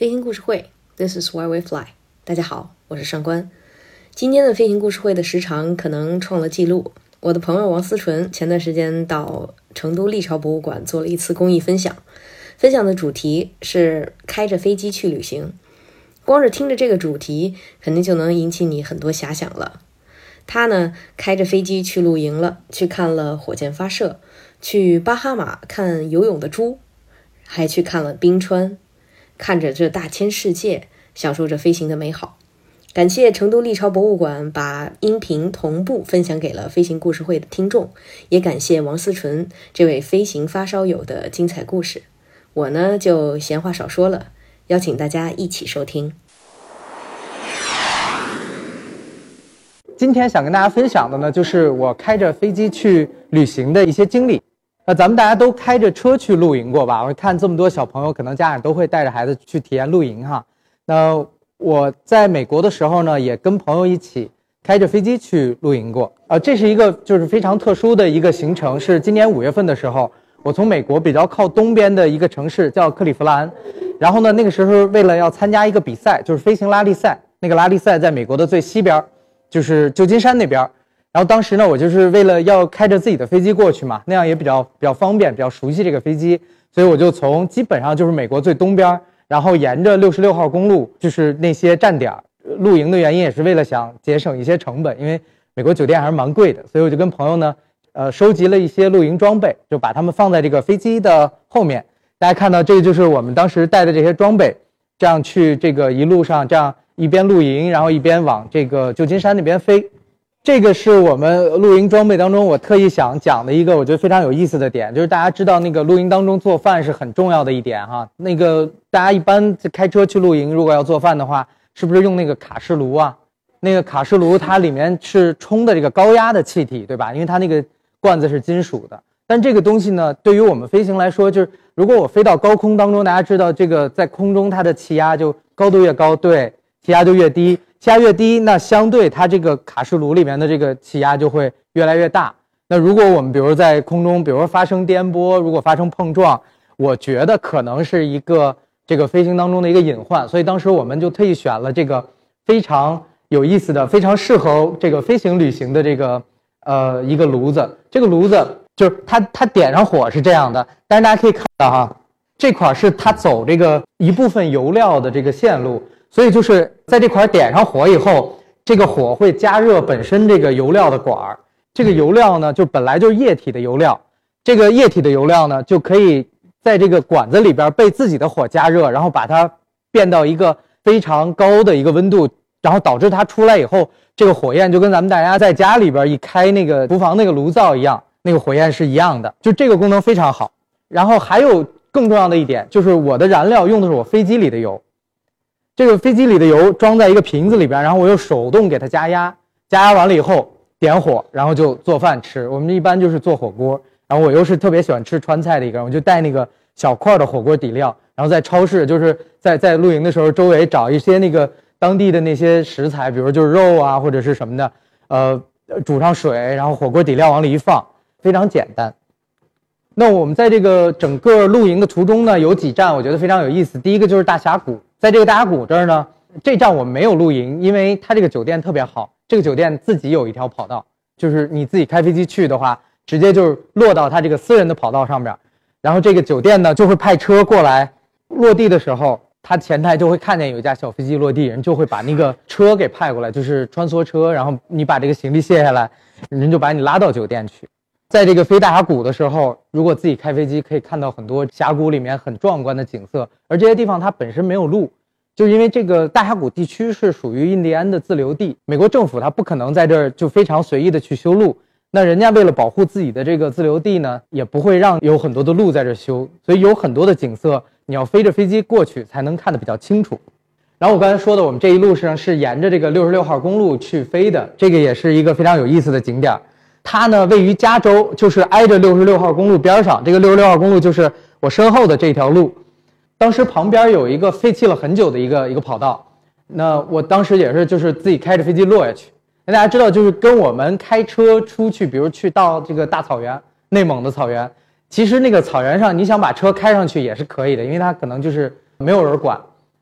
飞行故事会 This is why we fly。 大家好，我是上官。今天的飞行故事会的时长可能创了记录。我的朋友王思纯前段时间到成都历朝博物馆做了一次公益分享，分享的主题是开着飞机去旅行。光是听着这个主题肯定就能引起你很多遐想了。他呢开着飞机去露营了，去看了火箭发射，去巴哈马看游泳的猪，还去看了冰川，看着这大千世界，享受着飞行的美好。感谢成都历朝博物馆把音频同步分享给了飞行故事会的听众，也感谢王思纯这位飞行发烧友的精彩故事。我呢就闲话少说了，邀请大家一起收听。 今天想跟大家分享的呢，就是我开着飞机去旅行的一些经历。咱们大家都开着车去露营过吧？我看这么多小朋友，可能家长都会带着孩子去体验露营哈。那我在美国的时候呢，也跟朋友一起开着飞机去露营过。这是一个就是非常特殊的一个行程，是今年5月份的时候，我从美国比较靠东边的一个城市叫克利夫兰，然后呢，那个时候为了要参加一个比赛，就是飞行拉力赛。那个拉力赛在美国的最西边，就是旧金山那边。然后当时呢，我就是为了要开着自己的飞机过去嘛，那样也比较方便，比较熟悉这个飞机，所以我就从基本上就是美国最东边，然后沿着66号公路，就是那些站点露营的原因也是为了想节省一些成本，因为美国酒店还是蛮贵的，所以我就跟朋友呢，收集了一些露营装备，就把它们放在这个飞机的后面。大家看到这个就是我们当时带的这些装备，这样去这个一路上这样一边露营，然后一边往这个旧金山那边飞。这个是我们露营装备当中我特意想讲的一个我觉得非常有意思的点，就是大家知道那个露营当中做饭是很重要的一点哈。那个大家一般开车去露营，如果要做饭的话，是不是用那个卡式炉啊？那个卡式炉它里面是充的这个高压的气体，对吧？因为它那个罐子是金属的。但这个东西呢，对于我们飞行来说，就是如果我飞到高空当中，大家知道这个在空中它的气压就高度越高，对，气压就越低。气压越低，那相对它这个卡式炉里面的这个气压就会越来越大。那如果我们比如在空中，比如说发生颠簸，如果发生碰撞，我觉得可能是一个这个飞行当中的一个隐患。所以当时我们就特意选了这个非常有意思的、非常适合这个飞行旅行的这个一个炉子。这个炉子就是它点上火是这样的，但是大家可以看到哈，这块是它走这个一部分油料的这个线路。所以就是在这块点上火以后，这个火会加热本身这个油料的管儿。这个油料呢，就本来就是液体的油料，这个液体的油料呢，就可以在这个管子里边被自己的火加热，然后把它变到一个非常高的一个温度，然后导致它出来以后，这个火焰就跟咱们大家在家里边一开那个厨房那个炉灶一样，那个火焰是一样的，就这个功能非常好。然后还有更重要的一点，就是我的燃料用的是我飞机里的油。这个飞机里的油装在一个瓶子里边，然后我又手动给它加压，加压完了以后点火，然后就做饭吃。我们一般就是做火锅，然后我又是特别喜欢吃川菜的一个人，我就带那个小块的火锅底料，然后在超市就是在露营的时候周围找一些那个当地的那些食材，比如就是肉啊或者是什么的，煮上水，然后火锅底料往里一放，非常简单。那我们在这个整个露营的途中呢，有几站我觉得非常有意思。第一个就是大峡谷，在这个大峡谷这儿呢，这站我们没有露营，因为它这个酒店特别好，这个酒店自己有一条跑道，就是你自己开飞机去的话，直接就是落到它这个私人的跑道上面，然后这个酒店呢就会派车过来，落地的时候，它前台就会看见有一架小飞机落地，人就会把那个车给派过来，就是穿梭车，然后你把这个行李卸下来，人就把你拉到酒店去。在这个飞大峡谷的时候，如果自己开飞机，可以看到很多峡谷里面很壮观的景色，而这些地方它本身没有路，就是因为这个大峡谷地区是属于印第安的自留地，美国政府它不可能在这儿就非常随意的去修路，那人家为了保护自己的这个自留地呢，也不会让有很多的路在这修，所以有很多的景色你要飞着飞机过去才能看得比较清楚。然后我刚才说的，我们这一路上是沿着这个66号公路去飞的，这个也是一个非常有意思的景点。它呢位于加州，就是挨着66号公路边上，这个66号公路就是我身后的这条路。当时旁边有一个废弃了很久的一个跑道，那我当时也是就是自己开着飞机落下去。那大家知道，就是跟我们开车出去，比如去到这个大草原，内蒙的草原，其实那个草原上你想把车开上去也是可以的，因为它可能就是没有人管。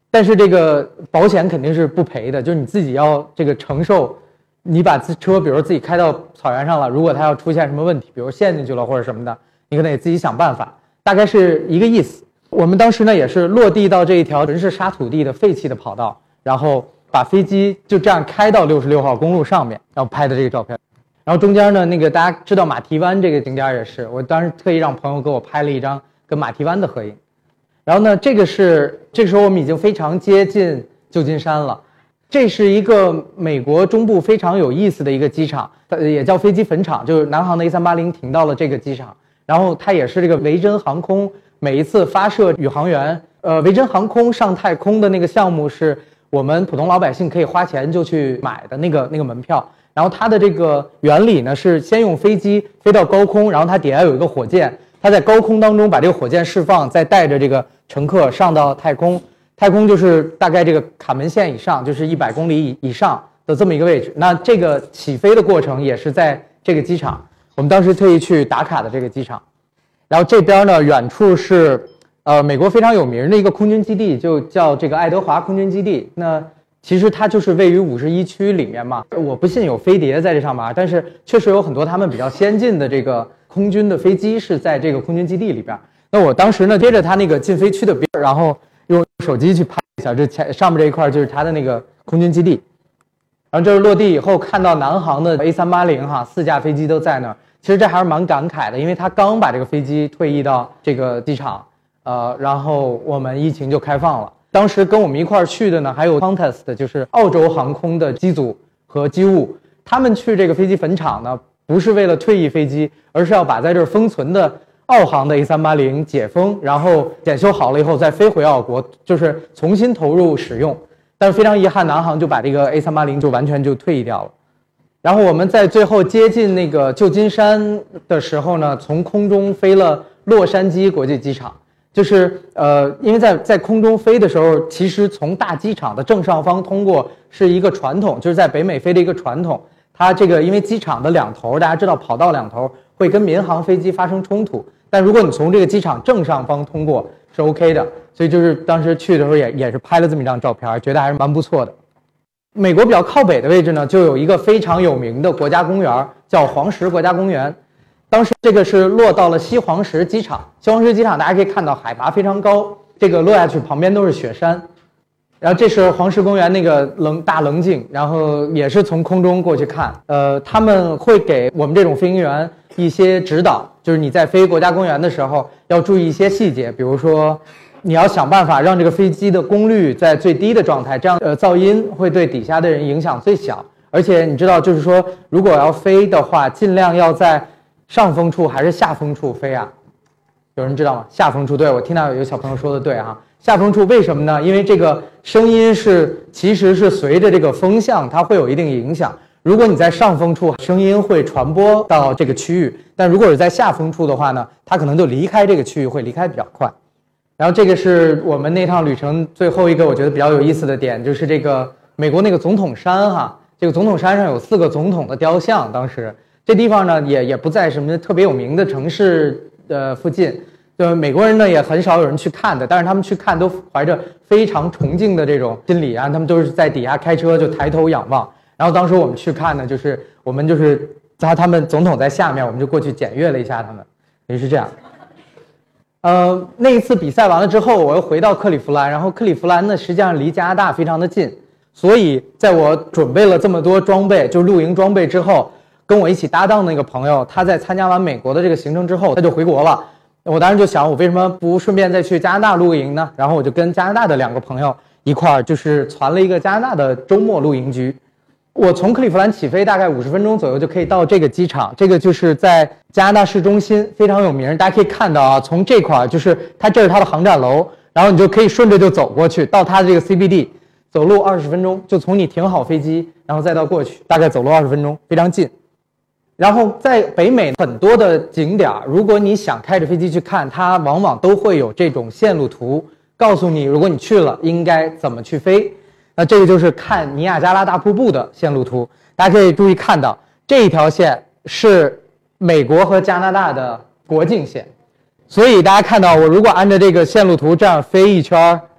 但是这个保险肯定是不赔的，就是你自己要这个承受，你把车比如自己开到草原上了，如果它要出现什么问题，比如陷进去了或者什么的，你可能得自己想办法，大概是一个意思。我们当时呢也是落地到这一条纯是沙土地的废弃的跑道，然后把飞机就这样开到66号公路上面，然后拍的这个照片。然后中间呢，那个大家知道马蹄湾这个景点也是，我当时特意让朋友给我拍了一张跟马蹄湾的合影。然后呢，这个时候我们已经非常接近旧金山了。这是一个美国中部非常有意思的一个机场，也叫飞机坟场，就是南航的A380停到了这个机场。然后它也是这个维珍航空每一次发射宇航员，维珍航空上太空的那个项目是我们普通老百姓可以花钱就去买的那个门票。然后它的这个原理呢是先用飞机飞到高空，然后它底下有一个火箭，它在高空当中把这个火箭释放，再带着这个乘客上到太空。太空就是大概这个卡门线以上，就是100公里以上的这么一个位置。那这个起飞的过程也是在这个机场，我们当时特意去打卡的这个机场。然后这边呢，远处是美国非常有名的一个空军基地，就叫这个爱德华空军基地。那其实它就是位于51区里面嘛。我不信有飞碟在这上面，但是确实有很多他们比较先进的这个空军的飞机是在这个空军基地里边。那我当时呢，贴着它那个禁飞区的边，然后用手机去拍一下，这上面这一块就是它的那个空军基地。然后这是落地以后看到南航的 A380哈，4架飞机都在那儿。其实这还是蛮感慨的，因为他刚把这个飞机退役到这个机场，然后我们疫情就开放了。当时跟我们一块儿去的呢，还有 Qantas 就是澳洲航空的机组和机务，他们去这个飞机坟场呢，不是为了退役飞机，而是要把在这儿封存的澳航的 A380解封，然后检修好了以后再飞回澳国，就是重新投入使用。但是非常遗憾，南航就把这个 A380就完全就退役掉了。然后我们在最后接近那个旧金山的时候呢，从空中飞了洛杉矶国际机场。就是因为在空中飞的时候，其实从大机场的正上方通过是一个传统，就是在北美飞的一个传统。它这个因为机场的两头，大家知道跑道两头会跟民航飞机发生冲突，但如果你从这个机场正上方通过是 OK 的。所以就是当时去的时候也是拍了这么一张照片，觉得还是蛮不错的。美国比较靠北的位置呢，就有一个非常有名的国家公园，叫黄石国家公园。当时这个是落到了西黄石机场，西黄石机场大家可以看到海拔非常高，这个落下去旁边都是雪山。然后这是黄石公园那个大棱镜，然后也是从空中过去看。他们会给我们这种飞行员一些指导，就是你在飞国家公园的时候要注意一些细节，比如说你要想办法让这个飞机的功率在最低的状态，这样噪音会对底下的人影响最小。而且你知道，就是说如果要飞的话，尽量要在上风处还是下风处飞啊？有人知道吗？下风处，对，我听到有小朋友说的对啊。下风处为什么呢？因为这个声音其实是随着这个风向它会有一定影响。如果你在上风处，声音会传播到这个区域，但如果是在下风处的话呢，它可能就离开这个区域会离开比较快。然后这个是我们那趟旅程最后一个我觉得比较有意思的点，就是这个美国那个总统山哈，这个总统山上有4个总统的雕像。当时这地方呢也不在什么特别有名的城市附近，美国人呢也很少有人去看的，但是他们去看都怀着非常崇敬的这种心理啊，他们都是在底下开车就抬头仰望。然后当时我们去看呢，就是我们就是他们总统在下面，我们就过去检阅了一下他们，也是这样。那一次比赛完了之后，我又回到克利夫兰，然后克利夫兰呢实际上离加拿大非常的近，所以在我准备了这么多装备，就露营装备之后，跟我一起搭档的那个朋友，他在参加完美国的这个行程之后，他就回国了。我当时就想，我为什么不顺便再去加拿大露营呢？然后我就跟加拿大的2个朋友一块儿，就是攒了一个加拿大的周末露营局。我从克利夫兰起飞，大概50分钟左右就可以到这个机场。这个就是在加拿大市中心，非常有名。大家可以看到啊，从这块就是这是它的航站楼，然后你就可以顺着就走过去，到它的这个 CBD， 走路20分钟，就从你停好飞机，然后再到过去，大概走路20分钟，非常近。然后在北美很多的景点，如果你想开着飞机去看，它往往都会有这种线路图，告诉你如果你去了应该怎么去飞。那这个就是看尼亚加拉大瀑布的线路图，大家可以注意看到这一条线是美国和加拿大的国境线，所以大家看到我如果按照这个线路图这样飞一圈，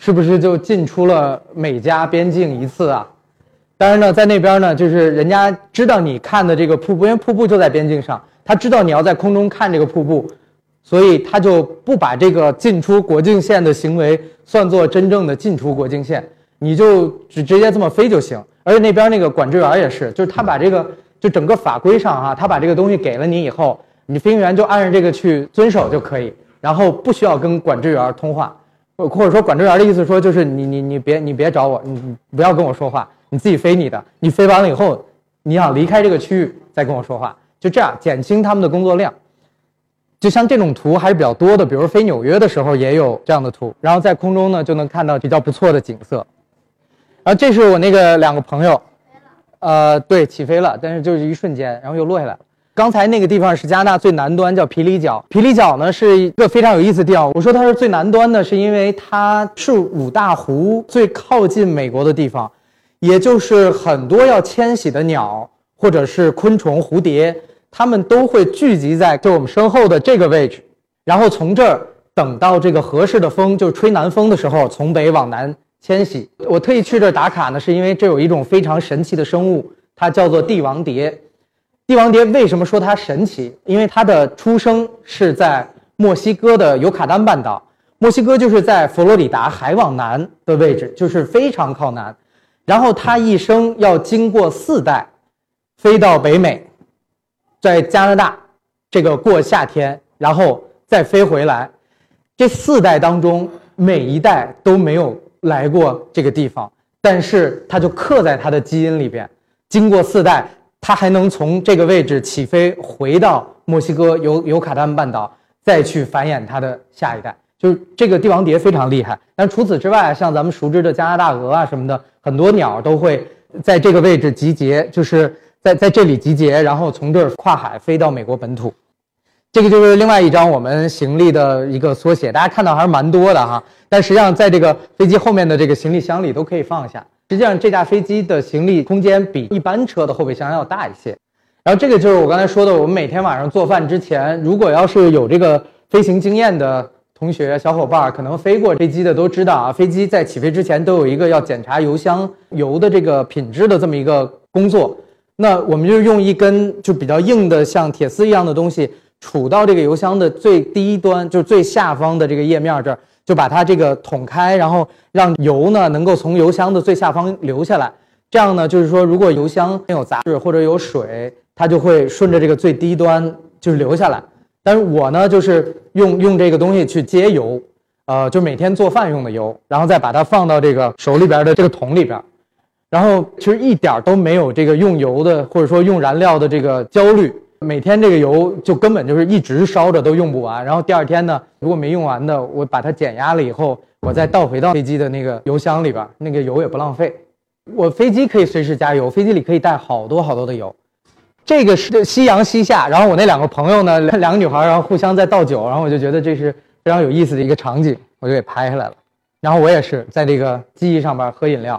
是不是就进出了美加边境一次啊？当然呢，在那边呢，就是人家知道你看的这个瀑布，因为瀑布就在边境上，他知道你要在空中看这个瀑布，所以他就不把这个进出国境线的行为算作真正的进出国境线，你就直接这么飞就行。而且那边那个管制员也是，就是他把这个就整个法规上他把这个东西给了你以后，你飞行员就按照这个去遵守就可以，然后不需要跟管制员通话，或者说管制员的意思说就是你别找我，你不要跟我说话，你自己飞你的，你飞完了以后，你想离开这个区域再跟我说话，就这样减轻他们的工作量。就像这种图还是比较多的，比如飞纽约的时候也有这样的图，然后在空中呢就能看到比较不错的景色。然后这是我那个2个朋友，对，起飞了，但是就是一瞬间，然后又落下来了。刚才那个地方是加拿大最南端，叫皮里角。皮里角呢是一个非常有意思的地方。我说它是最南端的，是因为它是5大湖最靠近美国的地方，也就是很多要迁徙的鸟或者是昆虫、蝴蝶，它们都会聚集在就我们身后的这个位置，然后从这儿等到这个合适的风，就是吹南风的时候，从北往南迁徙。我特意去这儿打卡呢，是因为这有一种非常神奇的生物，它叫做帝王蝶。帝王蝶为什么说它神奇？因为它的出生是在墨西哥的尤卡丹半岛，墨西哥就是在佛罗里达还往南的位置，就是非常靠南。然后它一生要经过4代，飞到北美，在加拿大这个过夏天，然后再飞回来。这4代当中，每一代都没有来过这个地方，但是它就刻在它的基因里边。经过4代，它还能从这个位置起飞回到墨西哥尤卡丹半岛，再去繁衍它的下一代。就是这个帝王蝶非常厉害。但除此之外，像咱们熟知的加拿大鹅啊什么的，很多鸟都会在这个位置集结，就是在这里集结，然后从这儿跨海飞到美国本土。这个就是另外一张我们行李的一个缩写，大家看到还是蛮多的哈。但实际上在这个飞机后面的这个行李箱里都可以放下。实际上这架飞机的行李空间比一般车的后备箱要大一些。然后这个就是我刚才说的，我们每天晚上做饭之前，如果要是有这个飞行经验的同学小伙伴，可能飞过飞机的都知道啊，飞机在起飞之前都有一个要检查油箱油的这个品质的这么一个工作。那我们就用一根就比较硬的像铁丝一样的东西杵到这个油箱的最低端，就是最下方的这个页面这儿，就把它这个捅开，然后让油呢能够从油箱的最下方流下来。这样呢，就是说如果油箱有杂质或者有水，它就会顺着这个最低端就是流下来。但是我呢，就是用这个东西去接油，就每天做饭用的油，然后再把它放到这个手里边的这个桶里边。然后其实一点都没有这个用油的或者说用燃料的这个焦虑，每天这个油就根本就是一直烧着都用不完。然后第2天呢，如果没用完的，我把它减压了以后，我再倒回到飞机的那个油箱里边，那个油也不浪费。我飞机可以随时加油，飞机里可以带好多好多的油。这个是夕阳西下，然后我那2个朋友呢，2个女孩，然后互相在倒酒，然后我就觉得这是非常有意思的一个场景，我就给拍下来了。然后我也是在这个机翼上边喝饮料。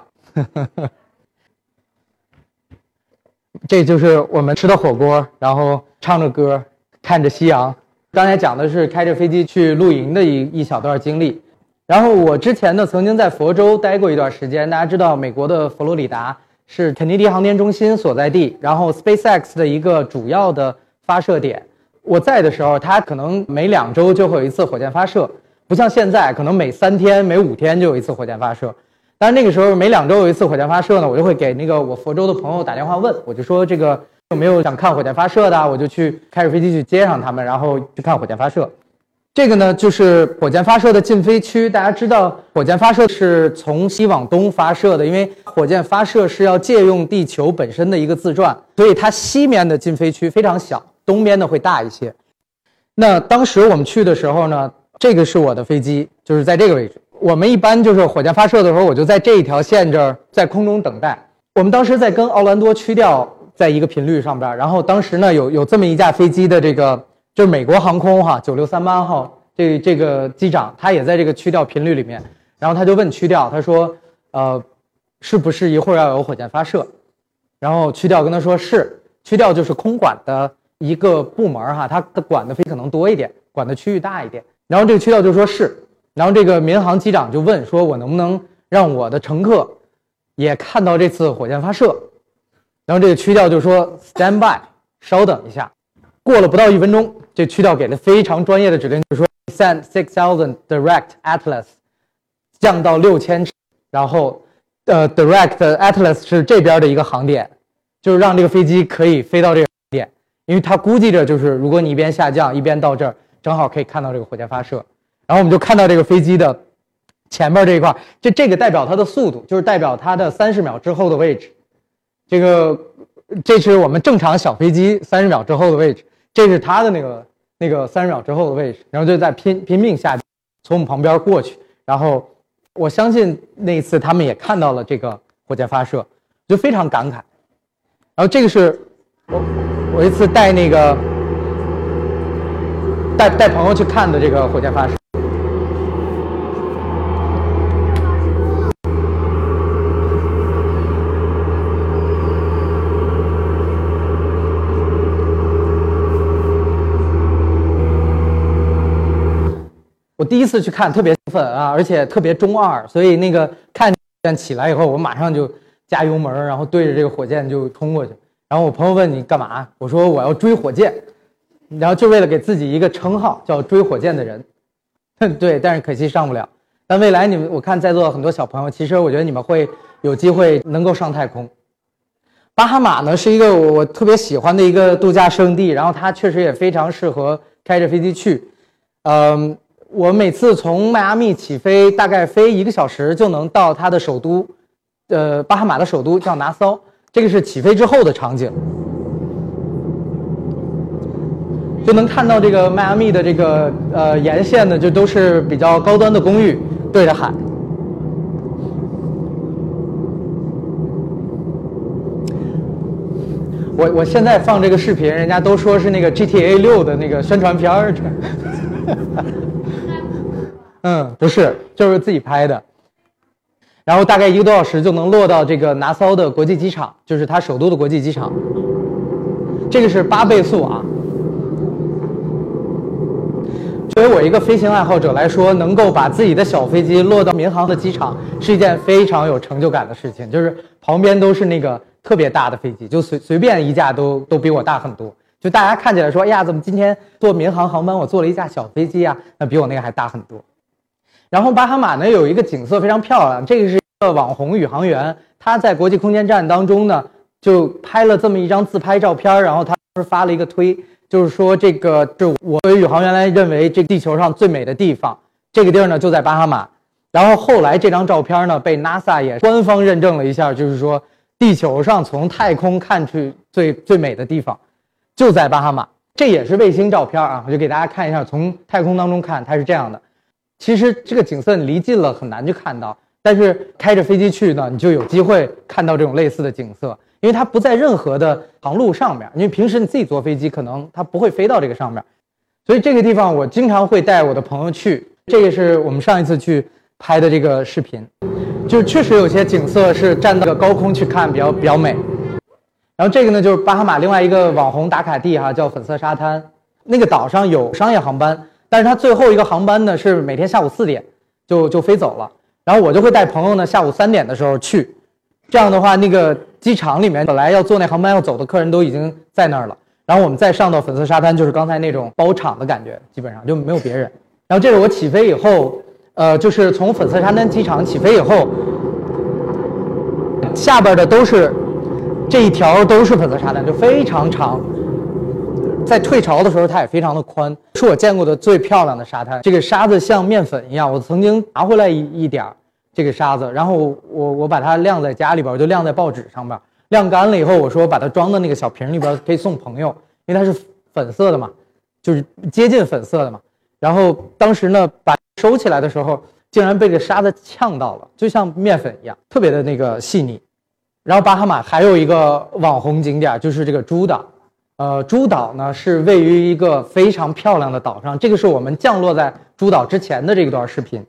这就是我们吃的火锅，然后唱着歌，看着夕阳。刚才讲的是开着飞机去露营的一小段经历。然后我之前呢，曾经在佛州待过一段时间。大家知道，美国的佛罗里达是肯尼迪航天中心所在地，然后 SpaceX 的一个主要的发射点。我在的时候，它可能每2周就会有一次火箭发射，不像现在可能每3天、每5天就有一次火箭发射。但是那个时候每2周有一次火箭发射呢，我就会给那个我佛州的朋友打电话问，我就说这个有没有想看火箭发射的，我就去开着飞机去接上他们，然后去看火箭发射。这个呢就是火箭发射的禁飞区。大家知道火箭发射是从西往东发射的，因为火箭发射是要借用地球本身的一个自转，所以它西面的禁飞区非常小，东边的会大一些。那当时我们去的时候呢，这个是我的飞机，就是在这个位置。我们一般就是火箭发射的时候，我就在这一条线这儿在空中等待。我们当时在跟奥兰多区调在一个频率上边，然后当时呢有这么一架飞机的这个就是美国航空9638号这个机长，他也在这个区调频率里面，然后他就问区调，他说是不是一会儿要有火箭发射？然后区调跟他说是。区调就是空管的一个部门它的管的飞可能多一点，管的区域大一点。然后这个区调就说是。 然后这个民航机长就问说，我能不能让我的乘客也看到这次火箭发射？然后这个区调就说 stand by， 稍等一下。过了不到1分钟，这区调给了非常专业的指令，就是说 descend 6000 direct Atlas， 降到6000尺，然后direct Atlas 是这边的一个航点，就是让这个飞机可以飞到这个航点，因为他估计着就是如果你一边下降一边到这儿，正好可以看到这个火箭发射。然后我们就看到这个飞机的前面这一块，这个代表它的速度，就是代表它的30秒之后的位置。这是我们正常小飞机30秒之后的位置，这是它的那个30秒之后的位置，然后就在拼命下降，从我们旁边过去。然后我相信那一次他们也看到了这个火箭发射，就非常感慨。然后这个是我一次带朋友去看的这个火箭发射。我第一次去看特别兴奋啊，而且特别中二，所以看见起来以后，我马上就加油门，然后对着这个火箭就冲过去。然后我朋友问你干嘛？我说我要追火箭，然后就为了给自己一个称号叫追火箭的人。对，但是可惜上不了。但未来我看在座很多小朋友，其实我觉得你们会有机会能够上太空。巴哈马呢是一个我特别喜欢的一个度假胜地，然后它确实也非常适合开着飞机去。我每次从迈阿密起飞，大概飞1个小时就能到它的首都，巴哈马的首都叫拿骚。这个是起飞之后的场景，就能看到这个迈阿密的这个沿线的就都是比较高端的公寓，对着海。我现在放这个视频，人家都说是那个 GTA 6的那个宣传片儿。不是，就是自己拍的。然后大概1个多小时就能落到这个拿骚的国际机场，就是它首都的国际机场。这个是8倍速啊。作为我一个飞行爱好者来说，能够把自己的小飞机落到民航的机场是一件非常有成就感的事情。就是旁边都是那个特别大的飞机，就随便一架都比我大很多。就大家看起来说，哎呀，怎么今天坐民航航班我坐了一架小飞机啊？那比我那个还大很多。然后巴哈马呢有一个景色非常漂亮，这个是一个网红宇航员，他在国际空间站当中呢就拍了这么一张自拍照片，然后他发了一个推，就是说这个是我作为宇航员来认为这地球上最美的地方，这个地儿呢就在巴哈马。然后后来这张照片呢被 NASA 也官方认证了一下，就是说地球上从太空看去最美的地方就在巴哈马。这也是卫星照片啊，我就给大家看一下，从太空当中看它是这样的。其实这个景色你离近了很难去看到，但是开着飞机去呢，你就有机会看到这种类似的景色，因为它不在任何的航路上面，因为平时你自己坐飞机可能它不会飞到这个上面，所以这个地方我经常会带我的朋友去。这个是我们上一次去拍的这个视频，就是确实有些景色是站到高空去看比较美。然后这个呢就是巴哈马另外一个网红打卡地哈，叫粉色沙滩。那个岛上有商业航班，但是它最后一个航班呢是每天下午4点就飞走了。然后我就会带朋友呢下午3点的时候去，这样的话那个机场里面本来要坐那航班要走的客人都已经在那儿了，然后我们再上到粉色沙滩，就是刚才那种包场的感觉，基本上就没有别人。然后这是我起飞以后，就是从粉色沙滩机场起飞以后，下边的都是这一条都是粉色沙滩，就非常长。在退潮的时候它也非常的宽，是我见过的最漂亮的沙滩。这个沙子像面粉一样，我曾经拿回来一点这个沙子，然后我把它晾在家里边，就晾在报纸上面，晾干了以后，我说把它装到那个小瓶里边可以送朋友，因为它是粉色的嘛，就是接近粉色的嘛。然后当时呢把收起来的时候，竟然被这沙子呛到了，就像面粉一样，特别的那个细腻。然后巴哈马还有一个网红景点就是这个猪岛。猪岛呢是位于一个非常漂亮的岛上，这个是我们降落在猪岛之前的这一段视频。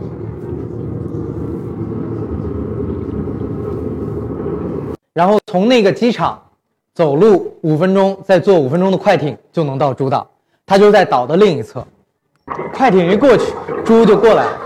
然后从那个机场走路5分钟，再坐5分钟的快艇就能到猪岛，它就在岛的另一侧。 快艇一过去，猪就过来了。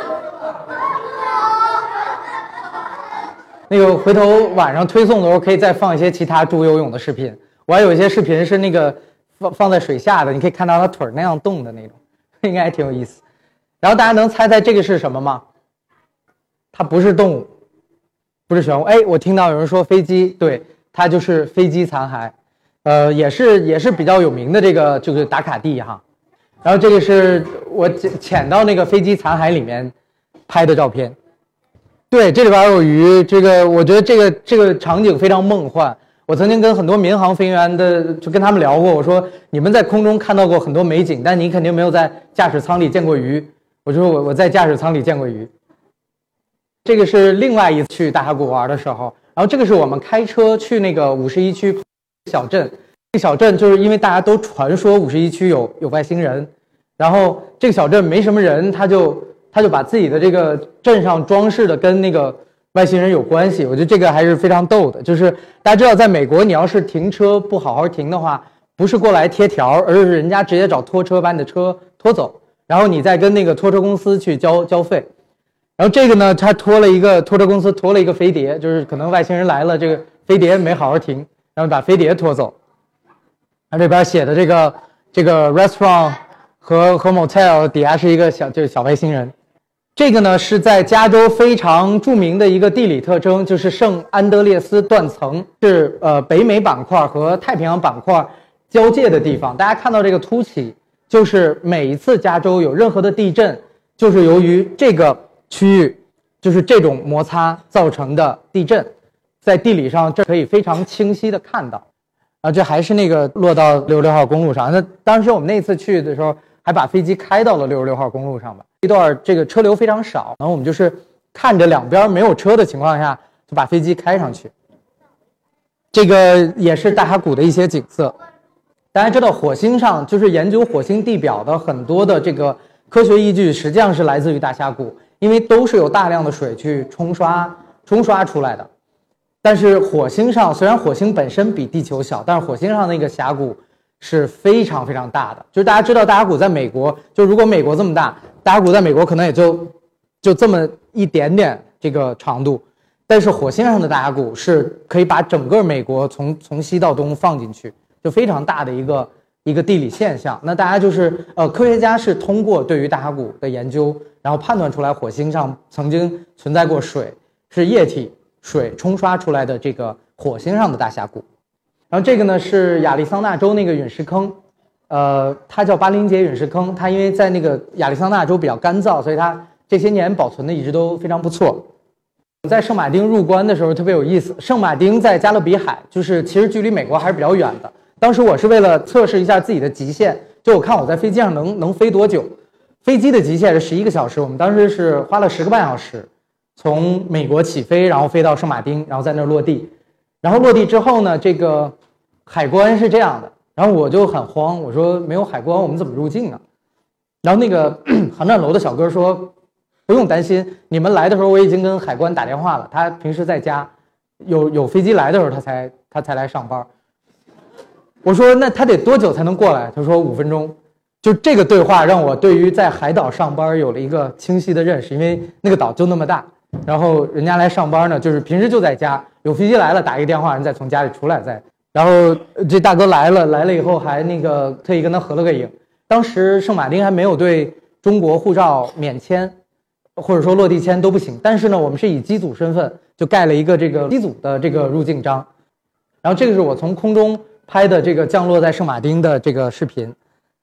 那个回头晚上推送的时候可以再放一些其他猪游泳的视频，我还有一些视频是那个放在水下的，你可以看到它腿那样动的那种，应该还挺有意思。然后大家能猜猜这个是什么吗？它不是动物，不是玄物。哎，我听到有人说飞机，对，它就是飞机残骸，也是比较有名的这个就是打卡地哈。然后这个是我潜到那个飞机残骸里面拍的照片。对，这里边有鱼，这个我觉得这个场景非常梦幻。我曾经跟很多民航飞行员就跟他们聊过，我说你们在空中看到过很多美景，但你肯定没有在驾驶舱里见过鱼。我说我在驾驶舱里见过鱼。这个是另外一次去大峡谷玩的时候，然后这个是我们开车去那个51区小镇。这个小镇就是因为大家都传说51区有外星人，然后这个小镇没什么人，他就把自己的这个镇上装饰的跟那个外星人有关系。我觉得这个还是非常逗的，就是大家知道在美国你要是停车不好好停的话，不是过来贴条，而是人家直接找拖车把你的车拖走，然后你再跟那个拖车公司去交费。然后这个呢，他拖车公司拖了一个飞碟，就是可能外星人来了，这个飞碟没好好停，然后把飞碟拖走。然后这边写的这个 restaurant 和 motel 底下是一个就是小外星人。这个呢是在加州非常著名的一个地理特征，就是圣安德烈斯断层，是北美板块和太平洋板块交界的地方。大家看到这个凸起，就是每一次加州有任何的地震，就是由于这个区域就是这种摩擦造成的地震，在地理上这可以非常清晰的看到。啊，这还是那个落到66号公路上。那当时我们那次去的时候，还把飞机开到了66号公路上吧。一段这个车流非常少，然后我们就是看着两边没有车的情况下，就把飞机开上去。这个也是大峡谷的一些景色。大家知道，火星上就是研究火星地表的很多的这个科学依据，实际上是来自于大峡谷，因为都是有大量的水去冲刷出来的。但是火星上，虽然火星本身比地球小，但是火星上那个峡谷是非常非常大的。就是大家知道大峡谷在美国，就如果美国这么大，大峡谷在美国可能也就这么一点点这个长度，但是火星上的大峡谷是可以把整个美国从西到东放进去，就非常大的一个地理现象。那大家就是科学家是通过对于大峡谷的研究，然后判断出来火星上曾经存在过水，是液体水冲刷出来的这个火星上的大峡谷。然后这个呢是亚利桑那州那个陨石坑，它叫巴林杰陨石坑，它因为在那个亚利桑那州比较干燥，所以它这些年保存的一直都非常不错。在圣马丁入关的时候特别有意思，圣马丁在加勒比海，就是其实距离美国还是比较远的。当时我是为了测试一下自己的极限，就我看我在飞机上能飞多久。飞机的极限是11个小时，我们当时是花了10个半小时，从美国起飞，然后飞到圣马丁，然后在那儿落地。然后落地之后呢，这个海关是这样的，然后我就很慌，我说没有海关我们怎么入境啊？然后那个航站楼的小哥说不用担心，你们来的时候我已经跟海关打电话了，他平时在家，有飞机来的时候他才来上班。我说那他得多久才能过来？他说5分钟。就这个对话让我对于在海岛上班有了一个清晰的认识，因为那个岛就那么大，然后人家来上班呢，就是平时就在家，有飞机来了打一个电话，人再从家里出来再。然后这大哥来了以后还那个特意跟他合了个影。当时圣马丁还没有对中国护照免签，或者说落地签都不行，但是呢，我们是以机组身份就盖了一个这个机组的这个入境章。然后这个是我从空中拍的这个降落在圣马丁的这个视频。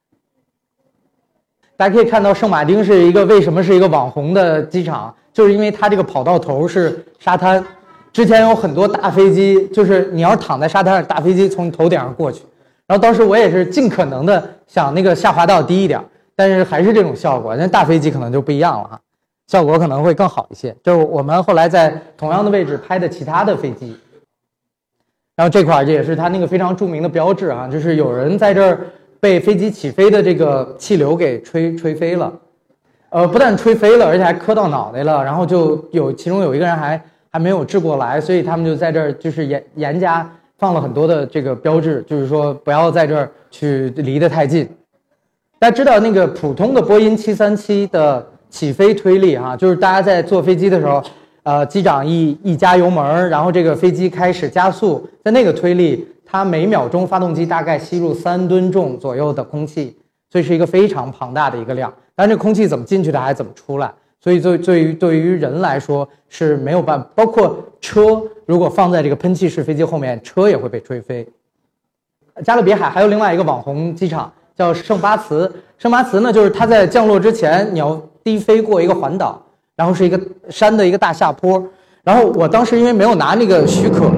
大家可以看到，圣马丁是为什么是一个网红的机场，就是因为它这个跑道头是沙滩。之前有很多大飞机，就是你要是躺在沙滩上，大飞机从你头顶上过去。然后当时我也是尽可能的想那个下滑道低一点，但是还是这种效果。那大飞机可能就不一样了哈，效果可能会更好一些。就是我们后来在同样的位置拍的其他的飞机。然后这块也是它那个非常著名的标志啊，就是有人在这儿被飞机起飞的这个气流给吹飞了，不但吹飞了，而且还磕到脑袋了。然后其中有一个人还没有治过来，所以他们就在这儿就是严加放了很多的这个标志，就是说不要在这儿去离得太近。 大家知道那个普通的波音737的起飞推力就是大家在坐飞机的时候，机长一加油门，然后这个飞机开始加速，在那个推力，它每秒钟发动机大概吸入3吨重左右的空气，所以是一个非常庞大的一个量。但是这空气怎么进去的，还怎么出来？所以对于人来说是没有办法，包括车如果放在这个喷气式飞机后面，车也会被吹飞。加勒比海还有另外一个网红机场叫圣巴茨，圣巴茨呢就是它在降落之前你要低飞过一个环岛，然后是一个山的一个大下坡，然后我当时因为没有拿那个许可，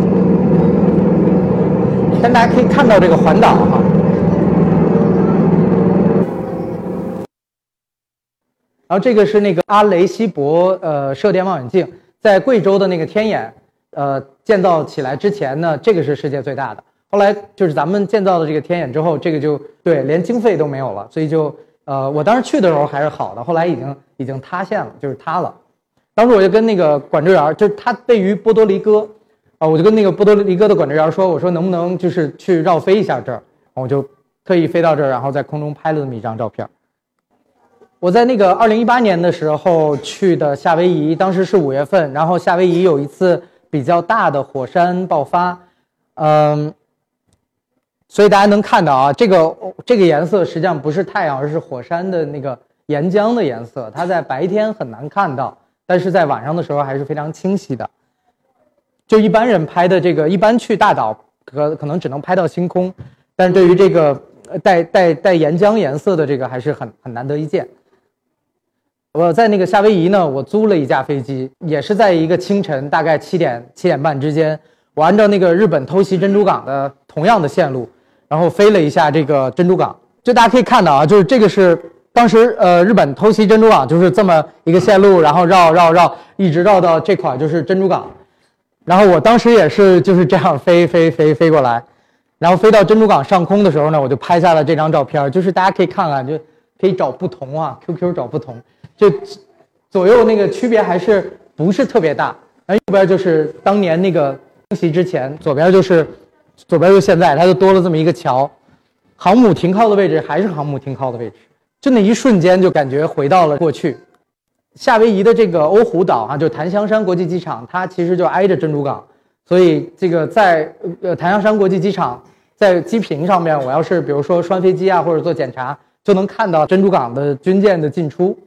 但大家可以看到这个环岛然后这个是那个阿雷西博射电望远镜，在贵州的那个天眼建造起来之前呢，这个是世界最大的。后来就是咱们建造的这个天眼之后，这个就连经费都没有了，所以就我当时去的时候还是好的，后来已经塌陷了，就是塌了。当时我就跟那个管制员，就是他位于波多黎各我就跟那个波多黎各的管制员说，我说能不能就是去绕飞一下这儿，我就特意飞到这儿，然后在空中拍了这么一张照片。我在那个2018年的时候去的夏威夷，当时是5月份，然后夏威夷有一次比较大的火山爆发，所以大家能看到这个颜色实际上不是太阳，而是火山的那个岩浆的颜色，它在白天很难看到，但是在晚上的时候还是非常清晰的。就一般人拍的这个，一般去大岛可能只能拍到星空，但是对于这个带岩浆颜色的这个还是很难得一见。我在那个夏威夷呢，我租了一架飞机，也是在一个清晨大概7点半之间，我按照那个日本偷袭珍珠港的同样的线路，然后飞了一下这个珍珠港。就大家可以看到就是这个是当时日本偷袭珍珠港就是这么一个线路，然后绕一直绕到这块就是珍珠港。然后我当时也是就是这样飞过来，然后飞到珍珠港上空的时候呢，我就拍下了这张照片，就是大家可以看看，就可以找不同QQ 找不同，就左右那个区别还是不是特别大。然后右边就是当年那个空袭之前，左边就现在，它就多了这么一个桥，航母停靠的位置还是航母停靠的位置，就那一瞬间就感觉回到了过去。夏威夷的这个欧胡岛就檀香山国际机场，它其实就挨着珍珠港，所以这个在檀香山国际机场在机坪上面，我要是比如说拴飞机或者做检查，就能看到珍珠港的军舰的进出。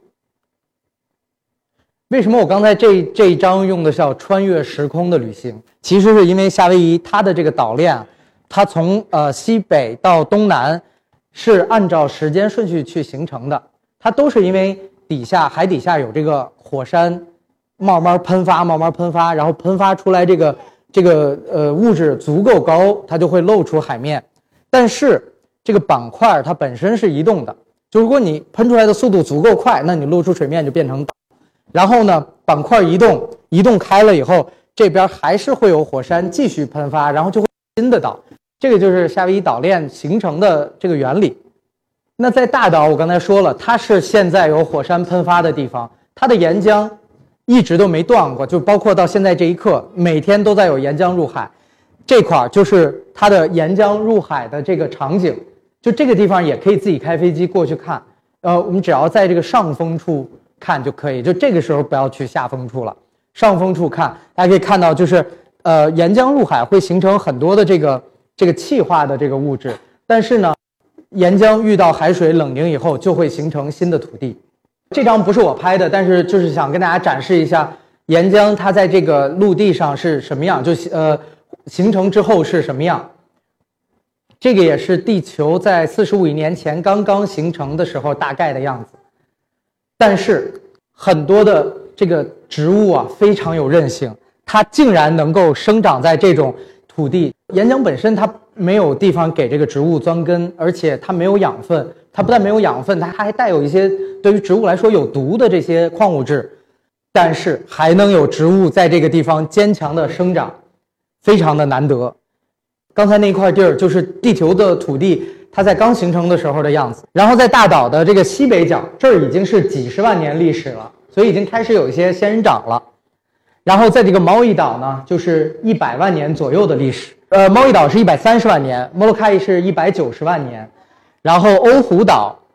为什么我刚才这一张用的叫穿越时空的旅行？其实是因为夏威夷它的这个岛链，它从西北到东南是按照时间顺序去形成的，它都是因为海底下有这个火山慢慢喷发，然后喷发出来这个物质足够高，它就会露出海面。但是这个板块它本身是移动的，就如果你喷出来的速度足够快，那你露出水面就变成岛。然后呢，板块移动开了以后，这边还是会有火山继续喷发，然后就会新的岛。这个就是夏威夷岛链形成的这个原理。那在大岛，我刚才说了，它是现在有火山喷发的地方，它的岩浆一直都没断过，就包括到现在这一刻，每天都在有岩浆入海。这块就是它的岩浆入海的这个场景，就这个地方也可以自己开飞机过去看。我们只要在这个上风处看就可以，就这个时候不要去下风处了，上风处看，大家可以看到，就是岩浆入海会形成很多的这个气化的这个物质，但是呢，岩浆遇到海水冷凝以后，就会形成新的土地。这张不是我拍的，但是就是想跟大家展示一下岩浆它在这个陆地上是什么样，就形成之后是什么样。这个也是地球在45亿年前刚刚形成的时候大概的样子。但是很多的这个植物非常有韧性，它竟然能够生长在这种土地。岩浆本身它没有地方给这个植物钻根，而且它没有养分，它不但没有养分，它还带有一些对于植物来说有毒的这些矿物质，但是还能有植物在这个地方坚强的生长，非常的难得。刚才那块地儿就是地球的土地，它在刚形成的时候的样子。然后在大岛的这个西北角，这儿已经是几十万年历史了，所以已经开始有一些仙人掌了。然后在这个毛伊岛呢，就是100万年左右的历史。毛伊岛是130万年，摩洛开是190万年，然后欧胡岛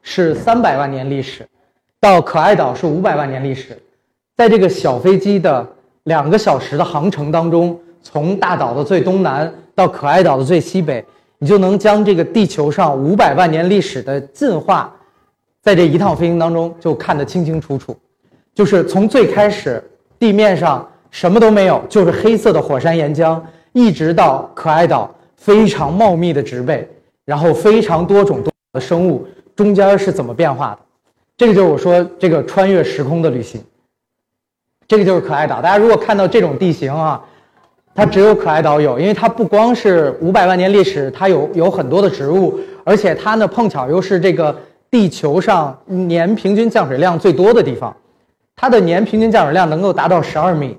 是300万年历史，到可爱岛是500万年历史。在这个小飞机的2个小时的航程当中，从大岛的最东南到可爱岛的最西北，你就能将这个地球上500万年历史的进化，在这一趟飞行当中就看得清清楚楚。就是从最开始地面上什么都没有，就是黑色的火山岩浆，一直到可爱岛非常茂密的植被，然后非常多种的生物，中间是怎么变化的。这个就是我说这个穿越时空的旅行。这个就是可爱岛，大家如果看到这种地形啊，它只有可爱岛有，因为它不光是500万年历史，它有很多的植物，而且它呢碰巧又是这个地球上年平均降水量最多的地方，它的年平均降水量能够达到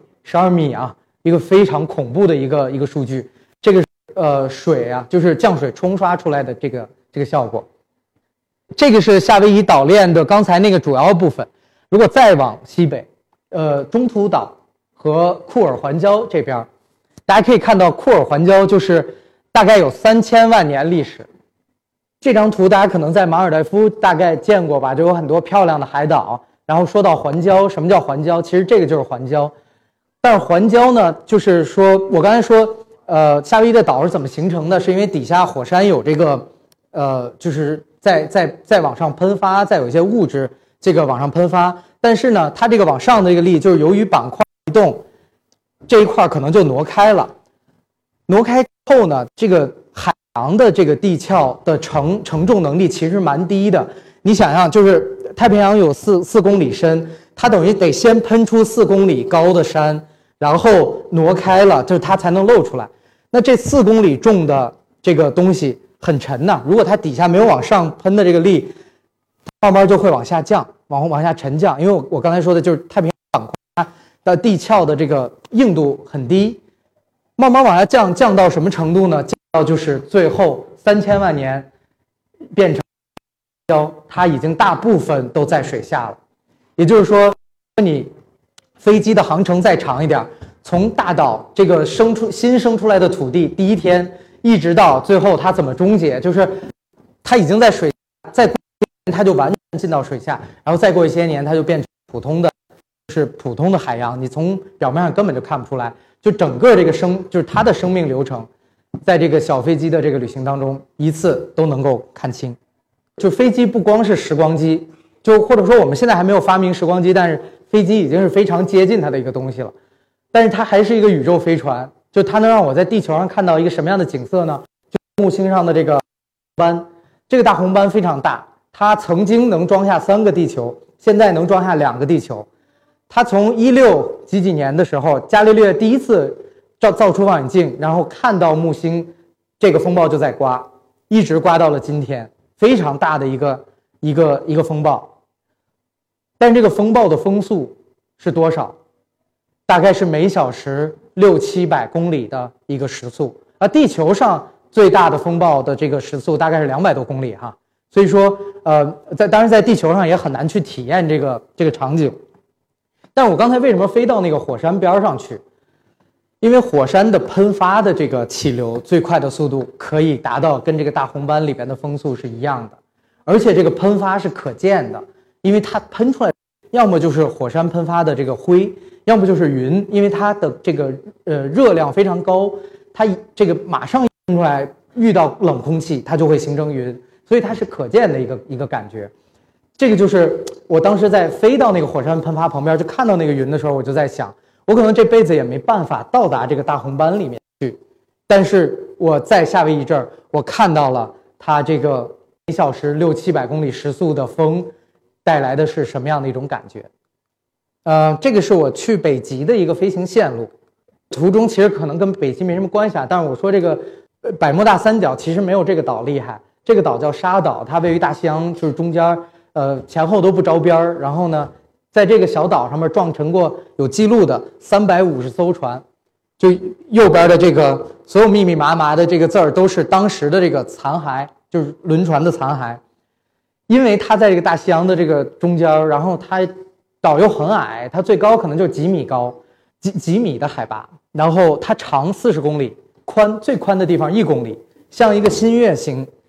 12米啊，一个非常恐怖的一个数据。这个水啊，就是降水冲刷出来的这个效果。这个是夏威夷岛链的刚才那个主要部分。如果再往西北，中途岛和库尔环礁这边，大家可以看到库尔环礁就是大概有3000万年历史。这张图大家可能在马尔代夫大概见过吧，就有很多漂亮的海岛。然后说到环礁，什么叫环礁？其实这个就是环礁。但是环礁呢，就是说我刚才说，夏威夷的岛是怎么形成的？是因为底下火山有这个，就是在往上喷发，再有一些物质这个往上喷发。但是呢，它这个往上的这个力，就是由于板块移动，这一块可能就挪开了。挪开后呢，这个海洋的这个地壳的承重能力其实蛮低的。你想想，就是太平洋有4公里深，它等于得先喷出4公里高的山，然后挪开了，就是它才能露出来。那这4公里重的这个东西很沉呐，如果它底下没有往上喷的这个力，慢慢就会往下降，往下沉降。因为我刚才说的就是太平洋板块的地壳的这个硬度很低，慢慢往下降到什么程度呢？降到就是最后3000万年变成礁，它已经大部分都在水下了。也就是说，你飞机的航程再长一点，从大岛这个新生出来的土地第一天，一直到最后它怎么终结，就是它已经在水下，再过它就完全进到水下，然后再过一些年它就变成普通的海洋，你从表面上根本就看不出来。就整个这个就是它的生命流程，在这个小飞机的这个旅行当中，一次都能够看清。就飞机不光是时光机，就或者说我们现在还没有发明时光机，但是飞机已经是非常接近它的一个东西了。但是它还是一个宇宙飞船，就它能让我在地球上看到一个什么样的景色呢？就木星上的这个斑，这个大红斑非常大，它曾经能装下3个地球，现在能装下2个地球。它从16几年的时候，伽利略第一次造出望远镜，然后看到木星，这个风暴就在刮，一直刮到了今天，非常大的一个风暴。但这个风暴的风速是多少？大概是每小时600-700公里的一个时速，而地球上最大的风暴的这个时速大概是200多公里哈。所以说，当然在地球上也很难去体验这个场景。但是我刚才为什么飞到那个火山边上去？因为火山的喷发的这个气流最快的速度可以达到跟这个大红斑里边的风速是一样的，而且这个喷发是可见的，因为它喷出来要么就是火山喷发的这个灰，要么就是云，因为它的这个热量非常高，它这个马上喷出来遇到冷空气，它就会形成云，所以它是可见的一个感觉。这个就是我当时在飞到那个火山喷发旁边，就看到那个云的时候，我就在想，我可能这辈子也没办法到达这个大红斑里面去，但是我在夏威夷这儿，我看到了它这个每小时600-700公里时速的风带来的是什么样的一种感觉。这个是我去北极的一个飞行线路，途中其实可能跟北极没什么关系啊，但是我说这个百慕大三角其实没有这个岛厉害，这个岛叫沙岛，它位于大西洋就是中间，前后都不着边，然后呢，在这个小岛上面撞沉过有记录的350艘船，就右边的这个所有密密麻麻的这个字儿都是当时的这个残骸，就是轮船的残骸。因为它在这个大西洋的这个中间，然后它岛又很矮，它最高可能就几米高，几米的海拔，然后它长40公里，最宽的地方1公里，像一个新月形，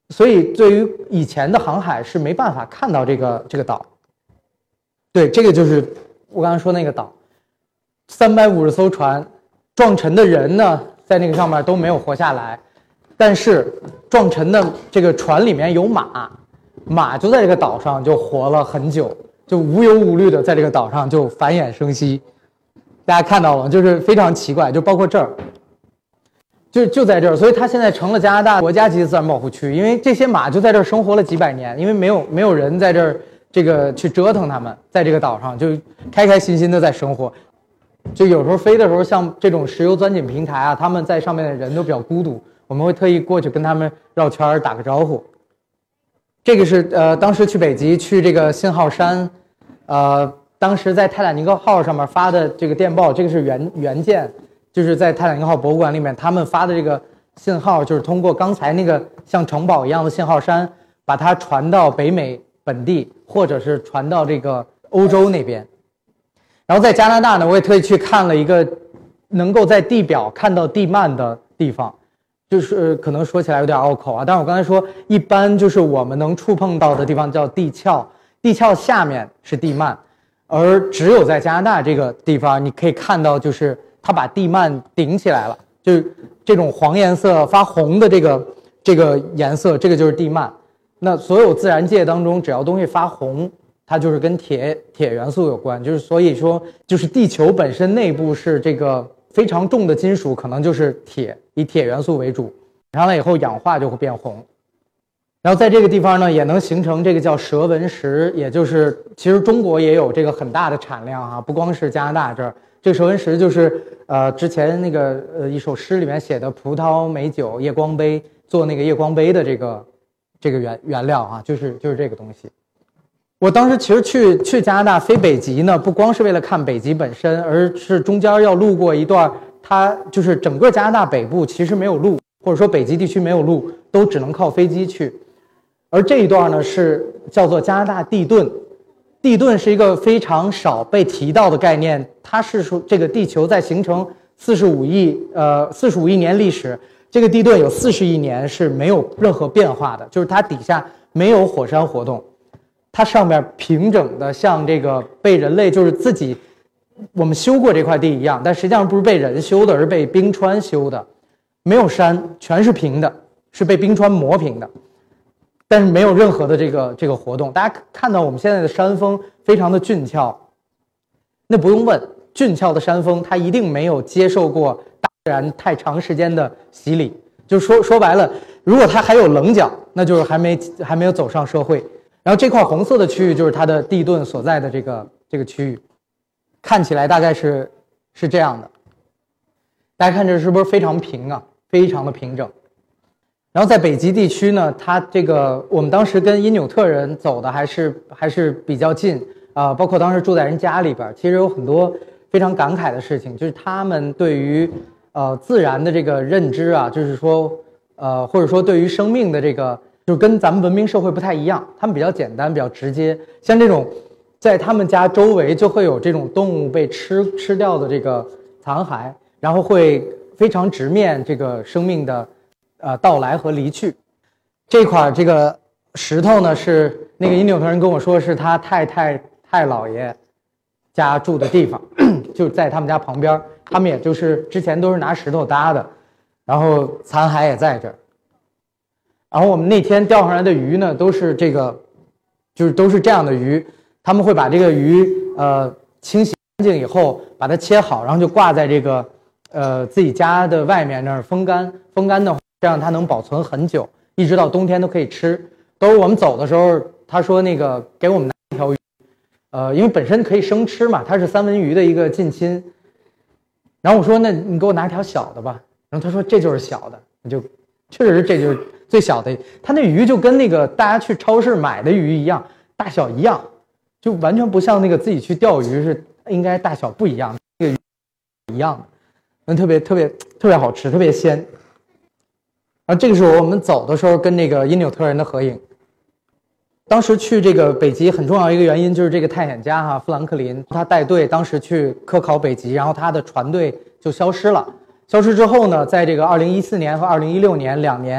所以对于以前的航海是没办法看到这个岛。对，这个就是我刚才说那个岛，350艘船，撞沉的人呢在那个上面都没有活下来，但是撞沉的这个船里面有马就在这个岛上就活了很久，就无忧无虑的在这个岛上就繁衍生息。大家看到了，就是非常奇怪，就包括这儿，就在这儿，所以它现在成了加拿大国家级的自然保护区，因为这些马就在这儿生活了几百年，因为没有人在这儿这个去折腾它们，在这个岛上就开开心心的在生活。就有时候飞的时候，像这种石油钻井平台啊，他们在上面的人都比较孤独，我们会特意过去跟他们绕圈打个招呼。这个是当时去北极去这个信号山，当时在泰坦尼克号上面发的这个电报，这个是原件，就是在泰坦尼克号博物馆里面他们发的这个信号，就是通过刚才那个像城堡一样的信号山，把它传到北美本地，或者是传到这个欧洲那边。然后在加拿大呢，我也特意去看了一个能够在地表看到地幔的地方，就是可能说起来有点拗口啊，但是我刚才说一般就是我们能触碰到的地方叫地壳，地壳下面是地幔，而只有在加拿大这个地方，你可以看到就是它把地幔顶起来了，就是这种黄颜色发红的这个颜色，这个就是地幔。那所有自然界当中，只要东西发红，它就是跟铁元素有关，就是所以说，就是地球本身内部是这个非常重的金属，可能就是铁，以铁元素为主，然后了以后氧化就会变红。然后在这个地方呢，也能形成这个叫蛇纹石，也就是其实中国也有这个很大的产量啊，不光是加拿大这儿。这个蛇纹石就是之前那个一首诗里面写的葡萄美酒夜光杯，做那个夜光杯的这个原料啊，就是这个东西。我当时其实去加拿大飞北极呢，不光是为了看北极本身，而是中间要路过一段，它就是整个加拿大北部其实没有路，或者说北极地区没有路，都只能靠飞机去。而这一段呢是叫做加拿大地盾，地盾是一个非常少被提到的概念，它是说这个地球在形成45亿年历史，这个地盾有40亿年是没有任何变化的，就是它底下没有火山活动。它上面平整的像这个被人类就是自己我们修过这块地一样，但实际上不是被人修的，而是被冰川修的，没有山，全是平的，是被冰川磨平的，但是没有任何的这个活动。大家看到我们现在的山峰非常的俊俏，那不用问，俊俏的山峰它一定没有接受过大自然太长时间的洗礼，就是说白了，如果它还有棱角，那就是还没有走上社会。然后这块红色的区域就是它的地盾所在的这个区域，看起来大概是这样的。大家看这是不是非常平啊？非常的平整。然后在北极地区呢，它这个我们当时跟因纽特人走的还是比较近啊，包括当时住在人家里边，其实有很多非常感慨的事情，就是他们对于自然的这个认知啊，就是说或者说对于生命的这个。就跟咱们文明社会不太一样，他们比较简单，比较直接。像这种，在他们家周围就会有这种动物被吃掉的这个残骸，然后会非常直面这个生命的到来和离去。这块这个石头呢，是那个因纽特人跟我说是他太姥爷家住的地方，就在他们家旁边。他们也就是之前都是拿石头搭的，然后残骸也在这儿。然后我们那天钓上来的鱼呢，都是都是这样的鱼，他们会把这个鱼清洗干净以后，把它切好，然后就挂在这个自己家的外面那儿风干。风干的话，这样它能保存很久，一直到冬天都可以吃。都是我们走的时候，他说那个给我们拿一条鱼，因为本身可以生吃嘛，它是三文鱼的一个近亲。然后我说那你给我拿一条小的吧，然后他说这就是小的，那就确实这就是。最小的，它那鱼就跟那个大家去超市买的鱼一样，大小一样，就完全不像那个自己去钓鱼是应该大小不一样，那个鱼一样的，特别好吃，特别鲜。然后这个时候我们走的时候跟那个因纽特人的合影。当时去这个北极很重要一个原因就是这个探险家富兰克林，他带队当时去科考北极，然后他的船队就消失了。消失之后呢，在这个2014年和2016年2年。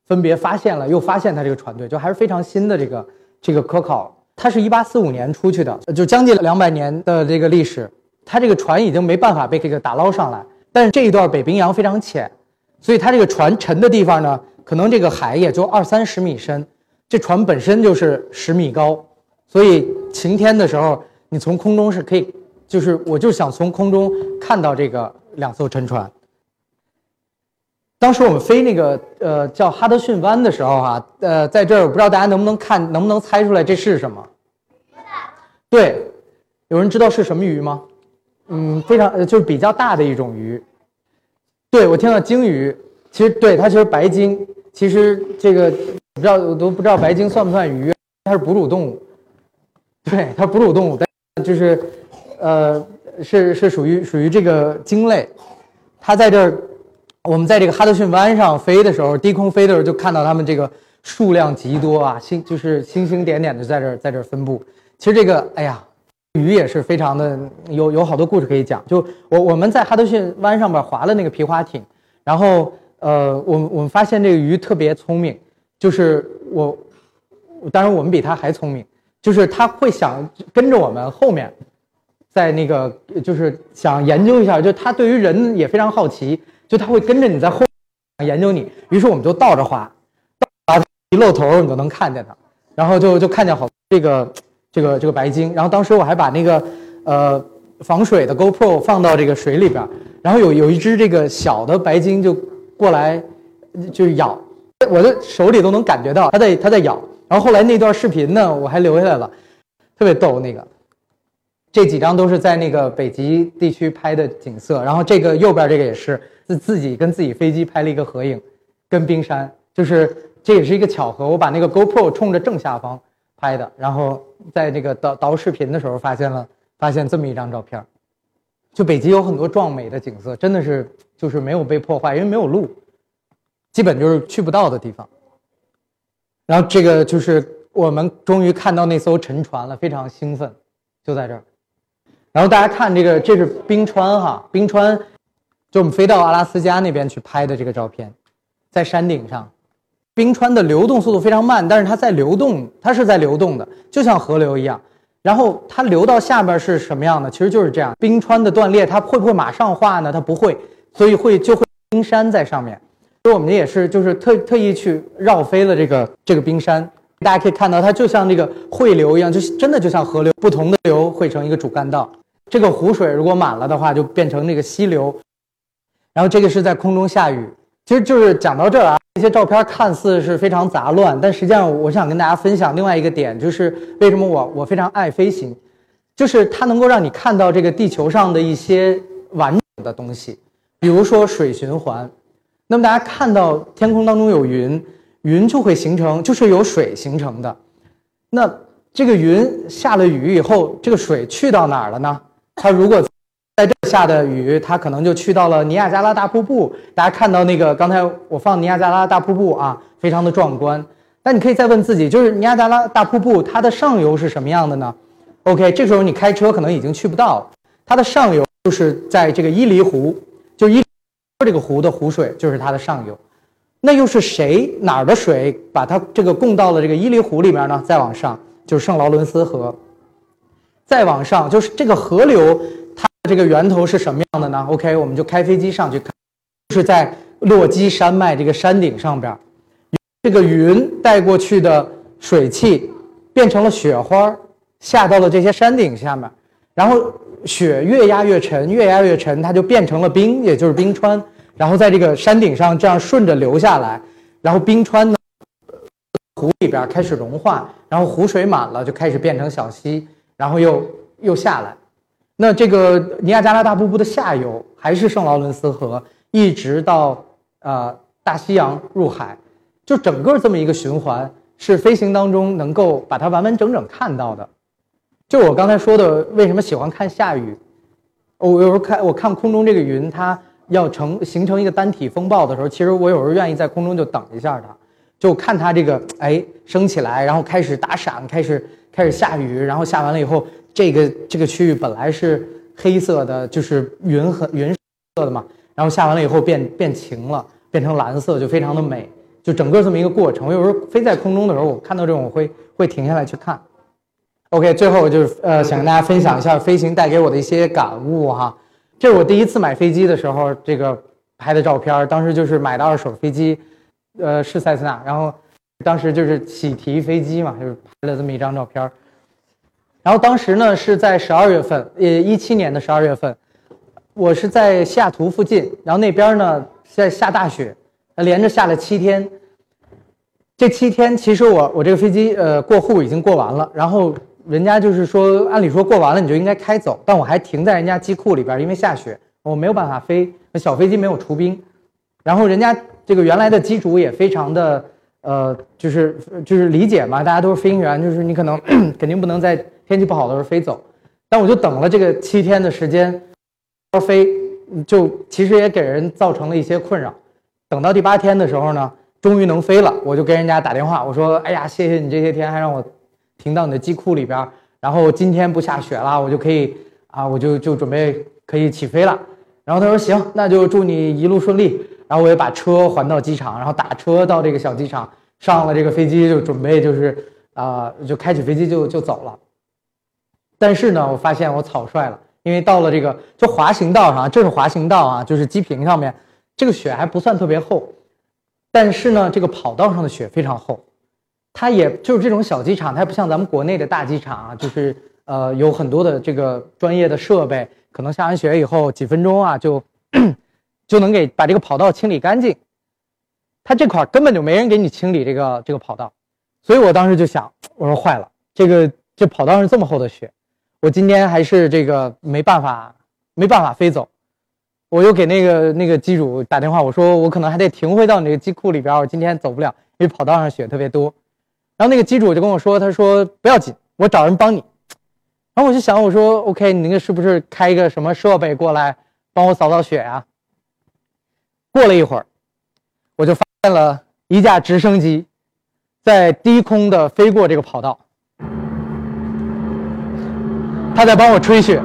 分别发现了又发现它这个船队，就还是非常新的这个科考。它是1845年出去的，就将近200年的这个历史。它这个船已经没办法被这个打捞上来，但是这一段北冰洋非常浅，所以它这个船沉的地方呢，可能这个海也就20-30米深，这船本身就是10米高，所以晴天的时候，你从空中是可以，我就想从空中看到这个2艘沉船。当时我们飞那个叫哈德逊湾的时候哈，在这儿我不知道大家能不能猜出来这是什么？对，有人知道是什么鱼吗？非常就是比较大的一种鱼。对，我听到鲸鱼，其实对它其实白鲸，其实这个我都不知道白鲸算不算鱼，它是哺乳动物。对，它是哺乳动物，但就是是属于这个鲸类。它在这儿，我们在这个哈德逊湾上飞的时候，低空飞的时候就看到它们这个数量极多啊，就是星星点点的在这儿分布。其实这个哎呀。鱼也是非常的有好多故事可以讲。就我们在哈德逊湾上边划了那个皮划艇，然后我们发现这个鱼特别聪明，就是当然我们比它还聪明，就是它会想跟着我们后面，在那个就是想研究一下，就它对于人也非常好奇，就它会跟着你在后面研究你。于是我们就倒着划，一露头你就能看见它，然后就看见好这个白鲸。然后当时我还把那个防水的 GoPro 放到这个水里边，然后有一只这个小的白鲸就过来就咬，我的手里都能感觉到它在咬。然后后来那段视频呢我还留下来了，特别逗。那个这几张都是在那个北极地区拍的景色，然后这个右边这个也是自己跟自己飞机拍了一个合影，跟冰山，就是这也是一个巧合，我把那个 GoPro 冲着正下方拍的，然后在这个导视频的时候发现这么一张照片。就北极有很多壮美的景色，真的是就是没有被破坏，因为没有路，基本就是去不到的地方。然后这个就是我们终于看到那艘沉船了，非常兴奋，就在这儿。然后大家看这是冰川哈，冰川就我们飞到阿拉斯加那边去拍的这个照片，在山顶上。冰川的流动速度非常慢，但是它是在流动的，就像河流一样。然后它流到下边是什么样的？其实就是这样。冰川的断裂，它会不会马上化呢？它不会，所以就会冰山在上面。所以我们也是就是特意去绕飞了这个冰山。大家可以看到，它就像这个汇流一样，就真的就像河流，不同的流汇成一个主干道。这个湖水如果满了的话，就变成那个溪流。然后这个是在空中下雨。其实就是讲到这儿啊，这些照片看似是非常杂乱，但实际上我想跟大家分享另外一个点，就是为什么我非常爱飞行，就是它能够让你看到这个地球上的一些完整的东西，比如说水循环。那么大家看到天空当中有云，云就会形成，就是由水形成的。那这个云下了雨以后，这个水去到哪儿了呢？它如果在这下的雨，它可能就去到了尼亚加拉大瀑布。大家看到那个刚才我放尼亚加拉大瀑布啊，非常的壮观。但你可以再问自己，就是尼亚加拉大瀑布它的上游是什么样的呢？ OK， 这时候你开车可能已经去不到了。它的上游就是在这个伊犁湖，就伊犁这个湖的湖水就是它的上游。那又是哪儿的水把它这个供到了这个伊犁湖里面呢？再往上就是圣劳伦斯河，再往上就是这个河流。这个源头是什么样的呢 ？OK， 我们就开飞机上去看，就是在落基山脉这个山顶上边，这个云带过去的水汽变成了雪花，下到了这些山顶下面，然后雪越压越沉，越压越沉，它就变成了冰，也就是冰川，然后在这个山顶上这样顺着流下来，然后冰川呢湖里边开始融化，然后湖水满了就开始变成小溪，然后又下来。那这个尼亚加拉大瀑布的下游还是圣劳伦斯河，一直到大西洋入海，就整个这么一个循环，是飞行当中能够把它完完整整看到的。就我刚才说的，为什么喜欢看下雨？我有时候我看空中这个云，它要形成一个单体风暴的时候，其实我有时候愿意在空中就等一下它，就看它这个升起来，然后开始打闪，开始下雨，然后下完了以后。这个区域本来是黑色的，就是云色的嘛，然后下完了以后变晴了，变成蓝色，就非常的美。 就整个这么一个过程。我有时候飞在空中的时候，我看到这种我会停下来去看。OK， 最后就是想跟大家分享一下飞行带给我的一些感悟哈。这是我第一次买飞机的时候这个拍的照片，当时就是买的二手飞机，是塞斯纳，然后当时就是喜提飞机嘛，就是拍了这么一张照片。然后当时呢是在12月份，17年的12月份，我是在西雅图附近，然后那边呢在下大雪，连着下了7天。这7天其实我这个飞机过户已经过完了，然后人家就是说按理说过完了你就应该开走，但我还停在人家机库里边，因为下雪我没有办法飞，小飞机没有除冰，然后人家这个原来的机主也非常的就是理解嘛，大家都是飞行员，就是你可能肯定不能在天气不好的时候飞走，但我就等了这个7天的时间飞，就其实也给人造成了一些困扰。等到第8天的时候呢，终于能飞了，我就跟人家打电话，我说哎呀，谢谢你这些天还让我停到你的机库里边，然后今天不下雪了，我就可以我就准备可以起飞了。然后他说行，那就祝你一路顺利。然后我也把车还到机场，然后打车到这个小机场，上了这个飞机就准备就是就开起飞机就走了。但是呢，我发现我草率了，因为到了这个就滑行道上，这是滑行道啊，就是机坪上面这个雪还不算特别厚，但是呢，这个跑道上的雪非常厚。它也就是这种小机场，它不像咱们国内的大机场啊，就是有很多的这个专业的设备，可能下完雪以后几分钟就能把这个跑道清理干净。它这块根本就没人给你清理这个跑道，所以我当时就想，我说坏了，这跑道上是这么厚的雪，我今天还是这个没办法飞走。我又给那个机主打电话，我说我可能还得停回到你这个机库里边，我今天走不了，因为跑道上雪特别多。然后那个机主就跟我说，他说不要紧，我找人帮你。然后我就想，我说 OK， 你那个是不是开一个什么设备过来帮我扫雪啊？过了一会儿，我就发现了一架直升机在低空的飞过这个跑道，他在帮我吹雪。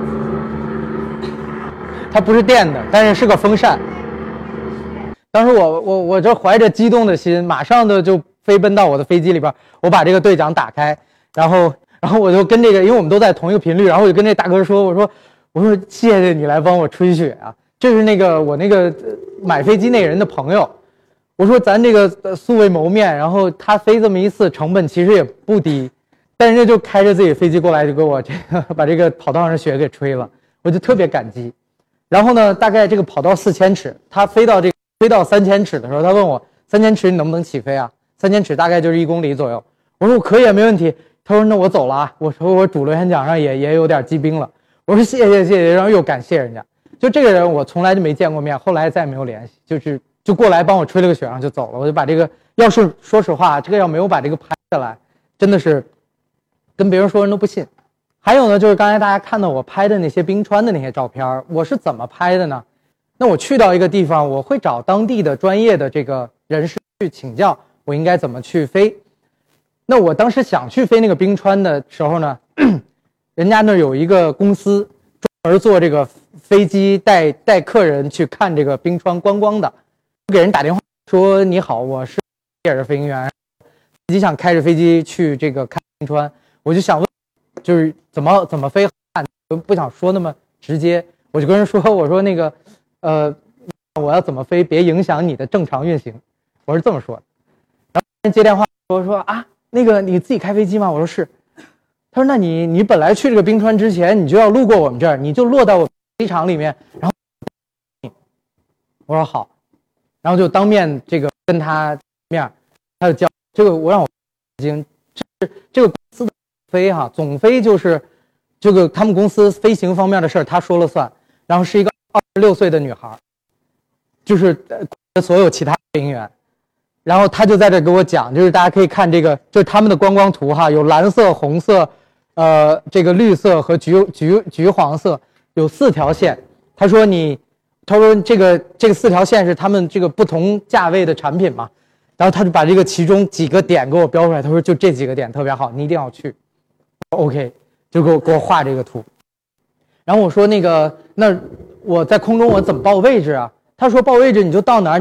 它不是电的，但是是个风扇。当时我这怀着激动的心，马上的就飞奔到我的飞机里边，我把这个对讲打开，然后我就跟这个，因为我们都在同一个频率，然后我就跟这大哥说，我说谢谢你来帮我吹雪啊，这是我那个买飞机那人的朋友，我说咱这个素未谋面，然后他飞这么一次成本其实也不低，但是就开着自己飞机过来就给我把这个跑道上的雪给吹了，我就特别感激。然后呢，大概这个跑道4000尺，他飞到3000尺的时候，他问我3000尺你能不能起飞啊？3000尺大概就是1公里左右。我说我可以，没问题。他说那我走了啊。我说我主螺旋桨上也有点积冰了。我说谢谢，然后又感谢人家。就这个人我从来就没见过面，后来再也没有联系，就过来帮我吹了个雪，然后就走了。我就把这个，要是说实话，这个要没有把这个拍下来，真的是跟别人说人都不信。还有呢，就是刚才大家看到我拍的那些冰川的那些照片，我是怎么拍的呢？那我去到一个地方，我会找当地的专业的这个人士去请教，我应该怎么去飞。那我当时想去飞那个冰川的时候呢，人家那有一个公司专门做这个飞机带客人去看这个冰川观光的，我给人打电话说你好，我是也是飞行员，自己想开着飞机去这个看冰川，我就想问。就是怎么飞，不想说那么直接，我就跟人说，我说那个，我要怎么飞，别影响你的正常运行，我是这么说的。然后人接电话说啊，那个你自己开飞机吗？我说是。他说那你本来去这个冰川之前，你就要路过我们这儿，你就落到我机场里面，然后我说好，然后就当面这个跟他面，他就教这个我让我这个公司的。飞总飞就是这个他们公司飞行方面的事儿他说了算，然后是一个26岁的女孩，就是所有其他飞行员，然后他就在这给我讲，就是大家可以看这个，就是他们的观光图有蓝色、红色，这个绿色和橘黄色，有4条线。他说这个4条线是他们这个不同价位的产品嘛，然后他就把这个其中几个点给我标出来，他说就这几个点特别好，你一定要去。OK， 就给我画这个图，然后我说那我在空中我怎么报位置啊？他说报位置你就到哪儿你就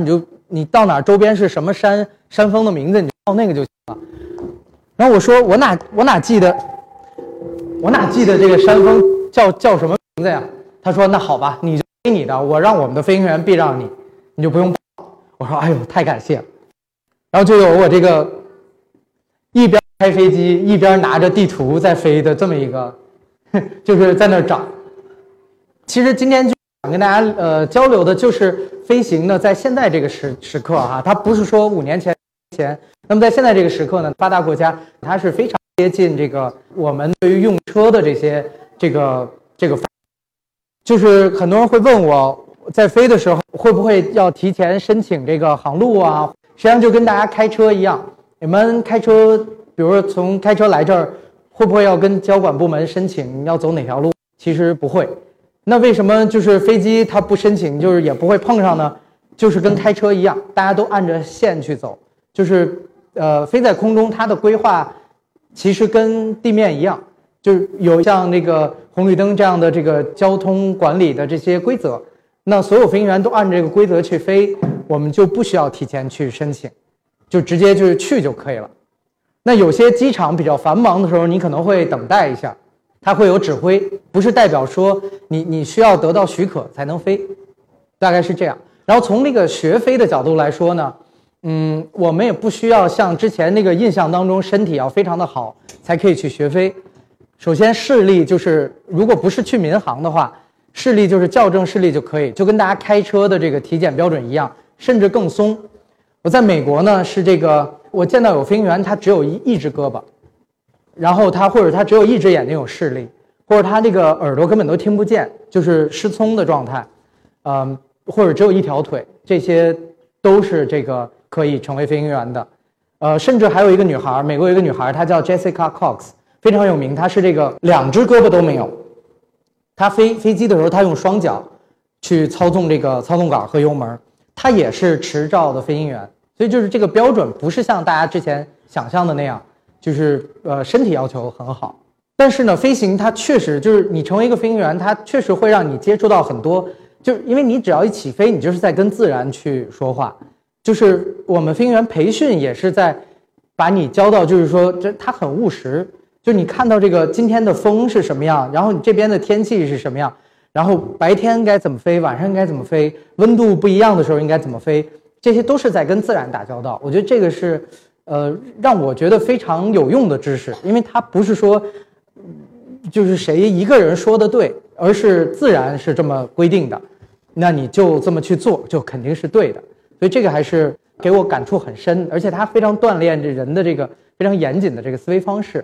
你到哪儿周边是什么山峰的名字，你就报那个就行了。然后我说我哪记得这个山峰叫什么名字呀？他说那好吧，你就归你的，我让我们的飞行员避让你，你就不用报。我说哎呦太感谢了。然后就有我这个一边开飞机一边拿着地图在飞的这么一个，就是在那儿找。其实今天就想跟大家交流的就是飞行呢，在现在这个时刻哈，它不是说5年前。那么在现在这个时刻呢，发达国家它是非常接近这个我们对于用车的这个，就是很多人会问我在飞的时候会不会要提前申请这个航路啊？实际上就跟大家开车一样，你们开车，比如说从开车来这儿，会不会要跟交管部门申请要走哪条路？其实不会。那为什么就是飞机它不申请，就是也不会碰上呢？就是跟开车一样，大家都按着线去走。就是飞在空中，它的规划其实跟地面一样，就是有像那个红绿灯这样的这个交通管理的这些规则。那所有飞行员都按这个规则去飞，我们就不需要提前去申请，就直接就是去就可以了。那有些机场比较繁忙的时候，你可能会等待一下，它会有指挥，不是代表说你需要得到许可才能飞，大概是这样。然后从那个学飞的角度来说呢，我们也不需要像之前那个印象当中身体要非常的好才可以去学飞。首先视力就是如果不是去民航的话，视力就是校正视力就可以，就跟大家开车的这个体检标准一样，甚至更松。我在美国呢是这个，我见到有飞行员他只有一只胳膊，然后或者他只有一只眼睛有视力，或者他这个耳朵根本都听不见，就是失聪的状态，或者只有一条腿，这些都是这个可以成为飞行员的。甚至还有一个女孩，美国有一个女孩，她叫 Jessica Cox， 非常有名，她是这个2只胳膊都没有，她飞机的时候她用双脚去操纵这个操纵杆和油门，她也是持照的飞行员。所以就是这个标准不是像大家之前想象的那样，就是身体要求很好。但是呢，飞行它确实就是你成为一个飞行员，它确实会让你接触到很多，就是因为你只要一起飞，你就是在跟自然去说话。就是我们飞行员培训也是在把你教到，就是说它很务实，就你看到这个今天的风是什么样，然后你这边的天气是什么样，然后白天该怎么飞，晚上该怎么飞，温度不一样的时候应该怎么飞，这些都是在跟自然打交道。我觉得这个是让我觉得非常有用的知识，因为它不是说就是谁一个人说的对，而是自然是这么规定的，那你就这么去做就肯定是对的。所以这个还是给我感触很深，而且它非常锻炼这人的这个非常严谨的这个思维方式。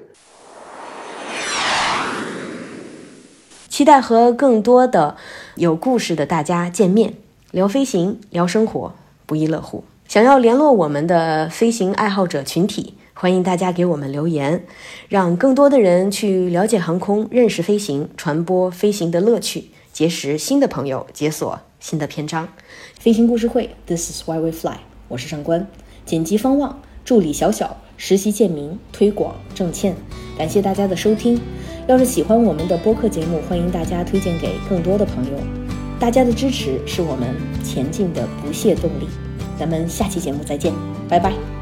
期待和更多的有故事的大家见面，聊飞行，聊生活，不亦乐乎。想要联络我们的飞行爱好者群体，欢迎大家给我们留言，让更多的人去了解航空，认识飞行，传播飞行的乐趣，结识新的朋友，解锁新的篇章。飞行故事会 This is why we fly， 我是上官，剪辑方望，助理小小，实习建明，推广郑倩。感谢大家的收听，要是喜欢我们的播客节目，欢迎大家推荐给更多的朋友，大家的支持是我们前进的不懈动力。咱们下期节目再见，拜拜。